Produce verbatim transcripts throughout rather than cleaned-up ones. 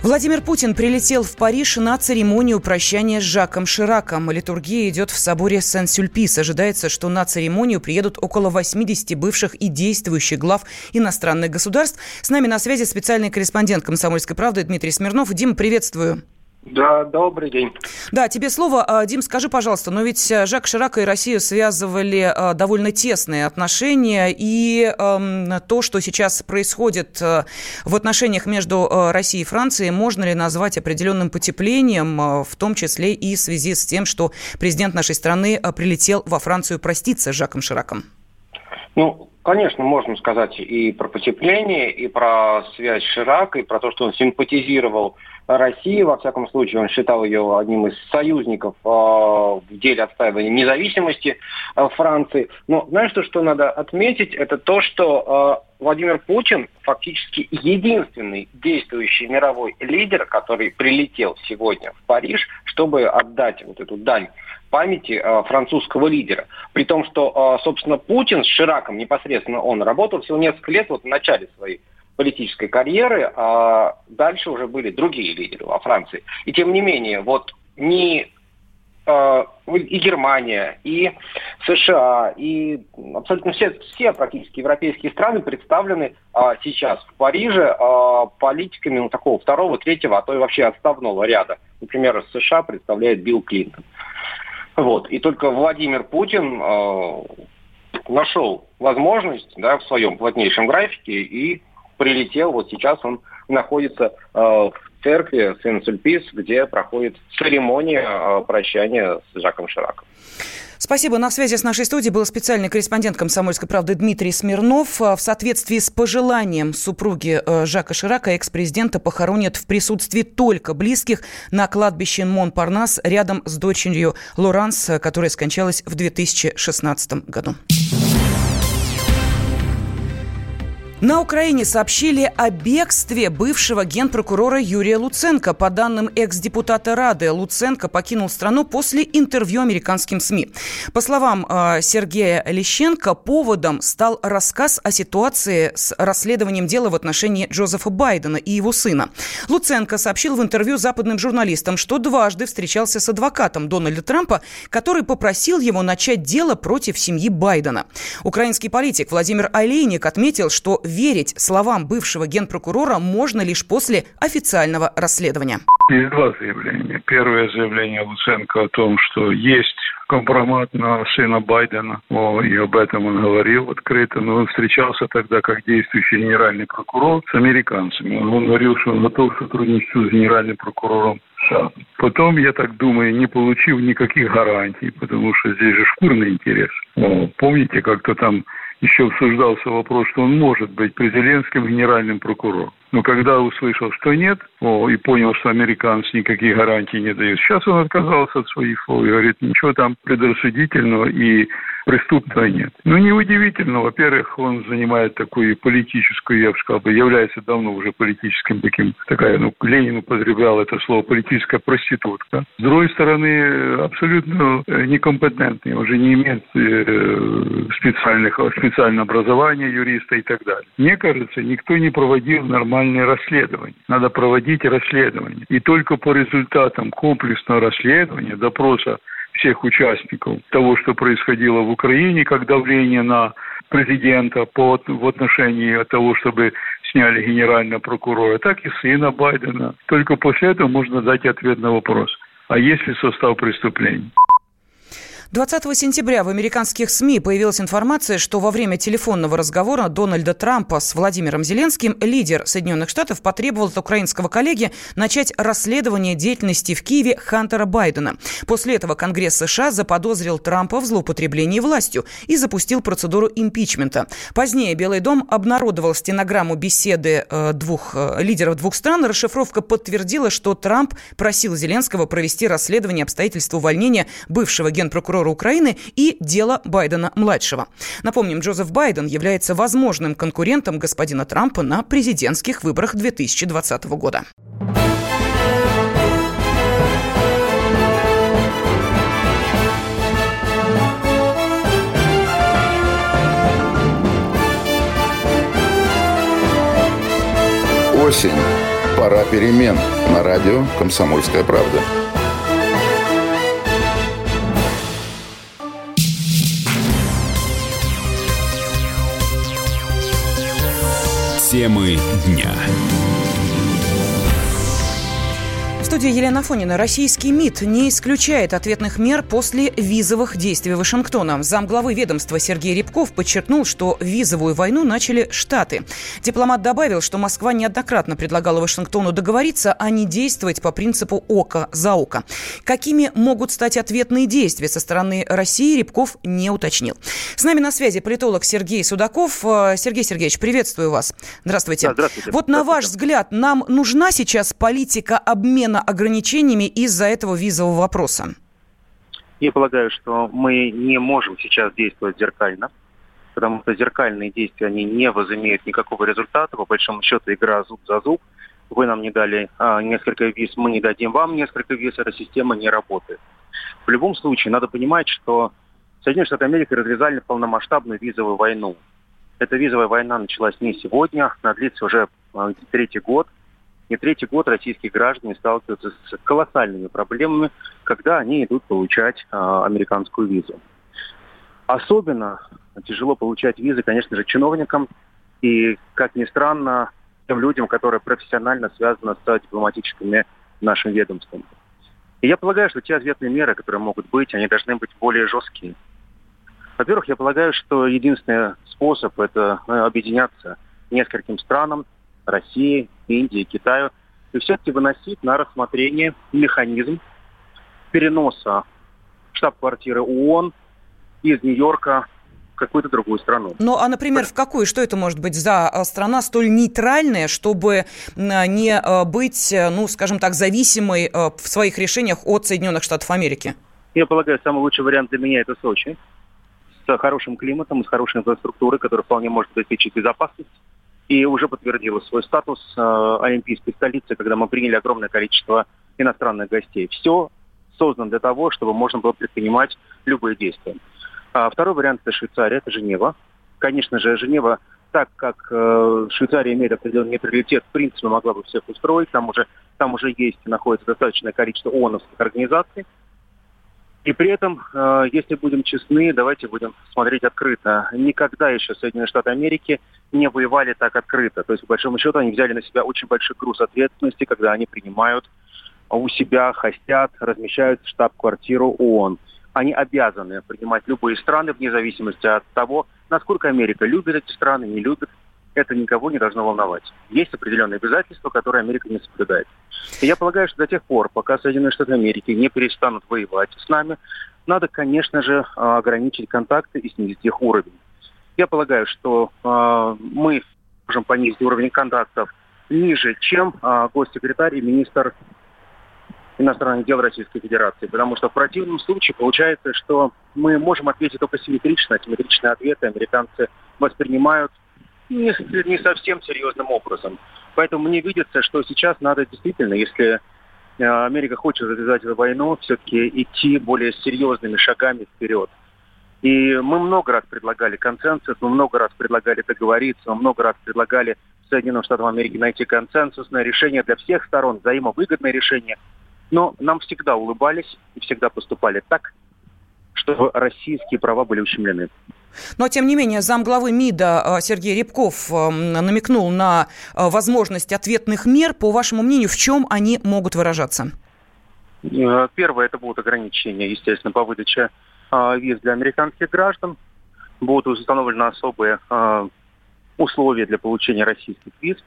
Владимир Путин прилетел в Париж на церемонию прощания с Жаком Шираком. Литургия идет в соборе Сен-Сюльпис. Ожидается, что на церемонию приедут около восьмидесяти бывших и действующих глав иностранных государств. С нами на связи специальный корреспондент «Комсомольской правды» Дмитрий Смирнов. Дим, приветствую. Да, добрый день. Да, тебе слово. Дим, скажи, пожалуйста, но ведь Жак Ширака и Россию связывали довольно тесные отношения, и э, то, что сейчас происходит в отношениях между Россией и Францией, можно ли назвать определенным потеплением, в том числе и в связи с тем, что президент нашей страны прилетел во Францию проститься с Жаком Шираком? Ну, конечно, можно сказать и про потепление, и про связь Ширака, и про то, что он симпатизировал России. Во всяком случае, он считал ее одним из союзников э, в деле отстаивания независимости э, Франции. Но знаешь, что, что надо отметить, это то, что э, Владимир Путин фактически единственный действующий мировой лидер, который прилетел сегодня в Париж, чтобы отдать вот эту дань памяти э, французского лидера. При том, что, э, собственно, Путин с Шираком, непосредственно он работал всего несколько лет вот в начале своей политической карьеры, а дальше уже были другие лидеры во Франции. И тем не менее, вот ни э, и Германия, и США, и абсолютно все, все практически европейские страны представлены э, сейчас в Париже э, политиками ну, такого второго, третьего, а то и вообще отставного ряда. Например, США представляет Билл Клинтон. Вот. И только Владимир Путин э, нашел возможность, да, в своем плотнейшем графике и прилетел. Вот сейчас он находится э, в церкви Сен-Сюльпис, где проходит церемония э, прощания с Жаком Шираком. Спасибо. На связи с нашей студией был специальный корреспондент «Комсомольской правды» Дмитрий Смирнов. В соответствии с пожеланием супруги Жака Ширака экс-президента похоронят в присутствии только близких на кладбище Монпарнас рядом с дочерью Лоранс, которая скончалась в две тысячи шестнадцатом году. На Украине сообщили о бегстве бывшего генпрокурора Юрия Луценко. По данным экс-депутата Рады, Луценко покинул страну после интервью американским СМИ. По словам э, Сергея Лещенко, поводом стал рассказ о ситуации с расследованием дела в отношении Джозефа Байдена и его сына. Луценко сообщил в интервью западным журналистам, что дважды встречался с адвокатом Дональда Трампа, который попросил его начать дело против семьи Байдена. Украинский политик Владимир Олейник отметил, что верить словам бывшего генпрокурора можно лишь после официального расследования. Есть два заявления. Первое заявление Луценко о том, что есть компромат на сына Байдена. О, и об этом он говорил открыто. Но он встречался тогда как действующий генеральный прокурор с американцами. Он говорил, что он готов сотрудничать с генеральным прокурором США. Потом, я так думаю, не получив никаких гарантий, потому что здесь же шкурный интерес. О, помните, как-то там еще обсуждался вопрос, что он может быть при Зеленском генеральным прокурором. Но когда услышал, что нет, о, и понял, что американцы никаких гарантий не дают, сейчас он отказался от своих слов и говорит, ничего там предрассудительного и преступного нет. Ну, неудивительно. Во-первых, он занимает такую политическую, я бы сказал, является давно уже политическим таким, такая, ну, Ленин употреблял это слово, политическая проститутка. С другой стороны, абсолютно некомпетентный, он же не имеет специальных, специального образования юриста и так далее. Мне кажется, никто не проводил нормальные расследования. Надо проводить расследование. И только по результатам комплексного расследования, допроса всех участников того, что происходило в Украине, как давление на президента по, в отношении того, чтобы сняли генерального прокурора, так и сына Байдена. Только после этого можно дать ответ на вопрос, а есть ли состав преступлений? двадцатого сентября в американских СМИ появилась информация, что во время телефонного разговора Дональда Трампа с Владимиром Зеленским лидер Соединенных Штатов потребовал от украинского коллеги начать расследование деятельности в Киеве Хантера Байдена. После этого Конгресс США заподозрил Трампа в злоупотреблении властью и запустил процедуру импичмента. Позднее Белый дом обнародовал стенограмму беседы э, двух э, лидеров двух стран. Расшифровка подтвердила, что Трамп просил Зеленского провести расследование обстоятельств увольнения бывшего генпрокурора Украины и дело Байдена-младшего. Напомним, Джозеф Байден является возможным конкурентом господина Трампа на президентских выборах две тысячи двадцатого года. Осень. «Пора перемен» на радио «Комсомольская правда». Темы дня. В студии Елена Афонина. Российский МИД не исключает ответных мер после визовых действий Вашингтона. Замглавы ведомства Сергей Рябков подчеркнул, что визовую войну начали Штаты. Дипломат добавил, что Москва неоднократно предлагала Вашингтону договориться, а не действовать по принципу око за око. Какими могут стать ответные действия со стороны России, Рябков не уточнил. С нами на связи политолог Сергей Судаков. Сергей Сергеевич, приветствую вас. Здравствуйте. Да, здравствуйте. Вот на ваш взгляд, нам нужна сейчас политика обмена ограничениями из-за этого визового вопроса? Я полагаю, что мы не можем сейчас действовать зеркально, потому что зеркальные действия, они не возымеют никакого результата. По большому счету, игра зуб за зуб. Вы нам не дали а, несколько виз, мы не дадим вам несколько виз, эта система не работает. В любом случае, надо понимать, что Соединенные Штаты Америки развязали полномасштабную визовую войну. Эта визовая война началась не сегодня, она длится уже а, третий год. И третий год российские граждане сталкиваются с колоссальными проблемами, когда они идут получать э, американскую визу. Особенно тяжело получать визы, конечно же, чиновникам и, как ни странно, тем людям, которые профессионально связаны с дипломатическим нашим ведомством. И я полагаю, что те ответные меры, которые могут быть, они должны быть более жесткие. Во-первых, я полагаю, что единственный способ – это объединяться нескольким странам, России, Индии, Китаю, и все-таки выносить на рассмотрение механизм переноса штаб-квартиры ООН из Нью-Йорка в какую-то другую страну. Ну, а, например, в какую? Что это может быть за страна столь нейтральная, чтобы не быть, ну, скажем так, зависимой в своих решениях от Соединенных Штатов Америки? Я полагаю, самый лучший вариант для меня – это Сочи. С хорошим климатом, с хорошей инфраструктурой, которая вполне может обеспечить безопасность. И уже подтвердила свой статус э, олимпийской столицы, когда мы приняли огромное количество иностранных гостей. Все создано для того, чтобы можно было предпринимать любые действия. А второй вариант – это Швейцария, это Женева. Конечно же, Женева, так как э, Швейцария имеет определенный нейтралитет, в принципе, могла бы всех устроить. Там уже, там уже есть и находится достаточное количество ООНовских организаций. И при этом, э, если будем честны, давайте будем смотреть открыто. Никогда еще Соединенные Штаты Америки не воевали так открыто. То есть, по большому счету, они взяли на себя очень большой груз ответственности, когда они принимают у себя, хостят, размещают штаб-квартиру ООН. Они обязаны принимать любые страны, вне зависимости от того, насколько Америка любит эти страны, не любит. Это никого не должно волновать. Есть определенные обязательства, которые Америка не соблюдает. И я полагаю, что до тех пор, пока Соединенные Штаты Америки не перестанут воевать с нами, надо, конечно же, ограничить контакты и снизить их уровень. Я полагаю, что э, мы можем понизить уровень контактов ниже, чем э, госсекретарь и министр иностранных дел Российской Федерации. Потому что в противном случае получается, что мы можем ответить только симметрично. Симметричные ответы американцы воспринимают не, не совсем серьезным образом. Поэтому мне видится, что сейчас надо действительно, если э, Америка хочет развязать эту войну, все-таки идти более серьезными шагами вперед. И мы много раз предлагали консенсус, мы много раз предлагали договориться, мы много раз предлагали Соединенным Штатам Америки найти консенсусное решение для всех сторон, взаимовыгодное решение. Но нам всегда улыбались и всегда поступали так, чтобы российские права были ущемлены. Но, тем не менее, замглавы МИДа Сергей Рябков намекнул на возможность ответных мер. По вашему мнению, в чем они могут выражаться? Первое, это будут ограничения, естественно, по выдаче виз для американских граждан. Будут установлены особые условия для получения российских виз.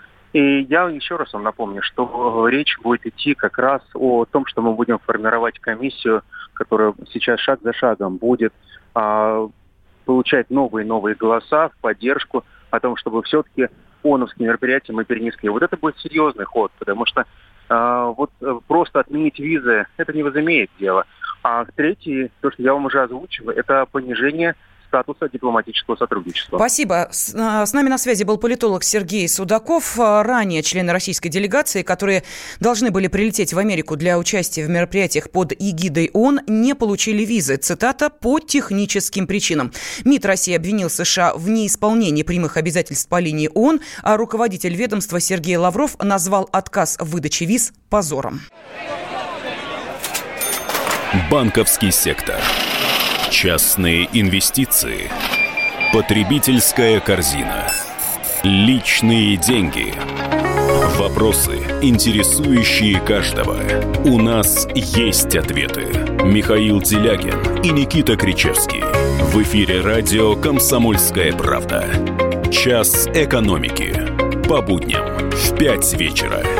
И я еще раз вам напомню, что речь будет идти как раз о том, что мы будем формировать комиссию, которая сейчас шаг за шагом будет а, получать новые и новые голоса в поддержку о том, чтобы все-таки ООНовские мероприятия мы перенесли. Вот это будет серьезный ход, потому что а, вот просто отменить визы, это не возымеет дела. А третье, то, что я вам уже озвучил, это понижение статуса дипломатического сотрудничества. Спасибо. С, с нами на связи был политолог Сергей Судаков. Ранее члены российской делегации, которые должны были прилететь в Америку для участия в мероприятиях под эгидой ООН, не получили визы. Цитата: «по техническим причинам». МИД России обвинил США в неисполнении прямых обязательств по линии ООН, а руководитель ведомства Сергей Лавров назвал отказ в выдаче виз позором. Банковский сектор. Частные инвестиции. Потребительская корзина. Личные деньги. Вопросы, интересующие каждого. У нас есть ответы. Михаил Делягин и Никита Кричевский. В эфире радио «Комсомольская правда». Час экономики. По будням в пять вечера.